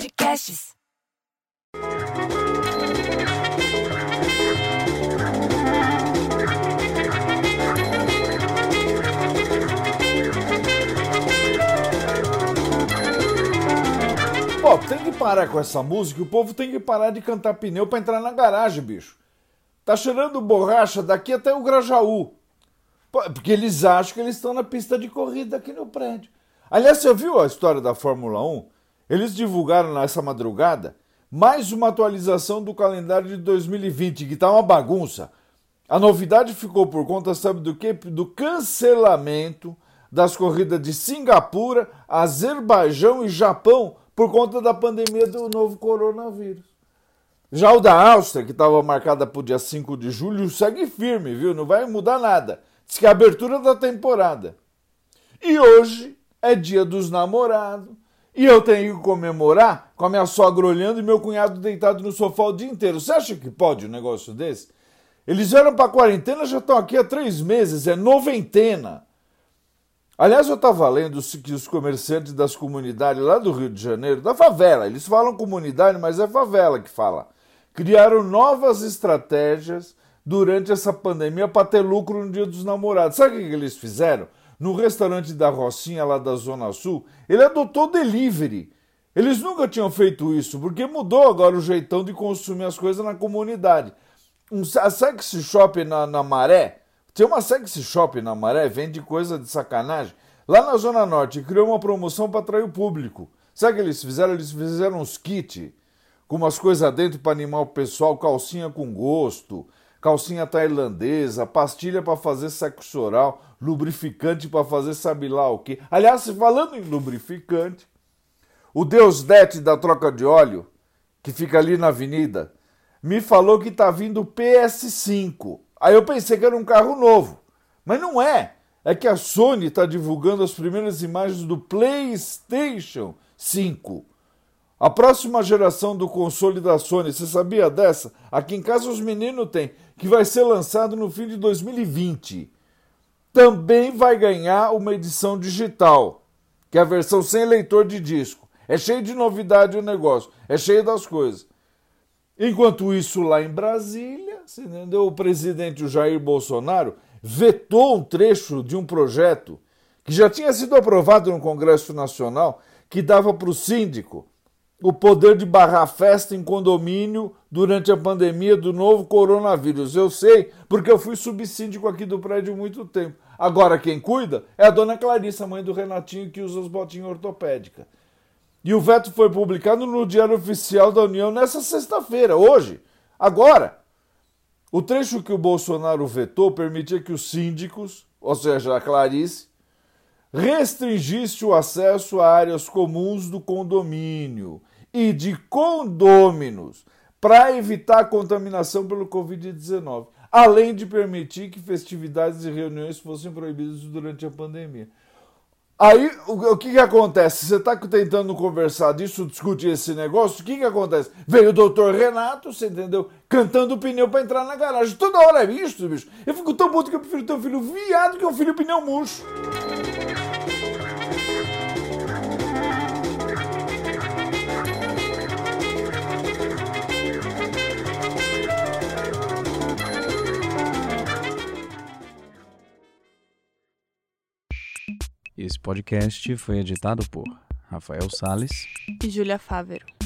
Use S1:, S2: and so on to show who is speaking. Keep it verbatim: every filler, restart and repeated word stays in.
S1: Podcasts.
S2: Pô, tem que parar com essa música, o povo tem que parar de cantar pneu pra entrar na garagem, bicho. Tá cheirando borracha daqui até o Grajaú. Pô, porque eles acham que eles estão na pista de corrida aqui no prédio. Aliás, você viu a história da Fórmula um? Eles divulgaram nessa madrugada mais uma atualização do calendário de dois mil e vinte, que tá uma bagunça. A novidade ficou por conta, sabe do quê? Do cancelamento das corridas de Singapura, Azerbaijão e Japão por conta da pandemia do novo coronavírus. Já o da Áustria, que estava marcada para o dia cinco de julho, segue firme, viu? Não vai mudar nada. Diz que é a abertura da temporada. E hoje é dia dos namorados. E eu tenho que comemorar com a minha sogra olhando e meu cunhado deitado no sofá o dia inteiro. Você acha que pode um negócio desse? Eles vieram para a quarentena, já estão aqui há três meses, é noventena. Aliás, eu estava lendo que os comerciantes das comunidades lá do Rio de Janeiro, da favela, eles falam comunidade, mas é favela que fala, criaram novas estratégias durante essa pandemia para ter lucro no Dia dos Namorados. Sabe o que eles fizeram? No restaurante da Rocinha, lá da Zona Sul, ele adotou delivery. Eles nunca tinham feito isso, porque mudou agora o jeitão de consumir as coisas na comunidade. Um, a Sexy Shop na, na Maré, tem uma Sexy Shop na Maré, vende coisa de sacanagem. Lá na Zona Norte, criou uma promoção para atrair o público. Sabe o que eles fizeram? Eles fizeram uns kits com umas coisas dentro para animar o pessoal, calcinha com gosto, calcinha tailandesa, pastilha para fazer sexo oral, lubrificante para fazer sabe lá o quê. Aliás, falando em lubrificante, o Deus Det da troca de óleo, que fica ali na avenida, me falou que tá vindo o P S cinco. Aí eu pensei que era um carro novo, mas não é. É que a Sony está divulgando as primeiras imagens do PlayStation cinco. A próxima geração do console da Sony, você sabia dessa? Aqui em casa os meninos têm, que vai ser lançado no fim de dois mil e vinte. Também vai ganhar uma edição digital, que é a versão sem leitor de disco. É cheio de novidade o negócio, é cheio das coisas. Enquanto isso, lá em Brasília, você entendeu? O presidente Jair Bolsonaro vetou um trecho de um projeto que já tinha sido aprovado no Congresso Nacional, que dava para o síndico o poder de barrar festa em condomínio durante a pandemia do novo coronavírus. Eu sei, porque eu fui subsíndico aqui do prédio há muito tempo. Agora quem cuida é a dona Clarissa, mãe do Renatinho, que usa as botinhas ortopédicas. E o veto foi publicado no Diário Oficial da União nessa sexta-feira, hoje, agora. O trecho que o Bolsonaro vetou permitia que os síndicos, ou seja, a Clarice, restringisse o acesso a áreas comuns do condomínio e de condôminos para evitar a contaminação pelo covid dezenove, além de permitir que festividades e reuniões fossem proibidas durante a pandemia. Aí, o, o que que acontece? Você está tentando conversar disso, discutir esse negócio, o que que acontece? Veio o doutor Renato, você entendeu? Cantando pneu para entrar na garagem. Toda hora é isso, bicho. Eu fico tão puto que eu prefiro ter um filho viado que um filho pneu murcho.
S3: Esse podcast foi editado por Rafael Salles
S4: e Júlia Fávero.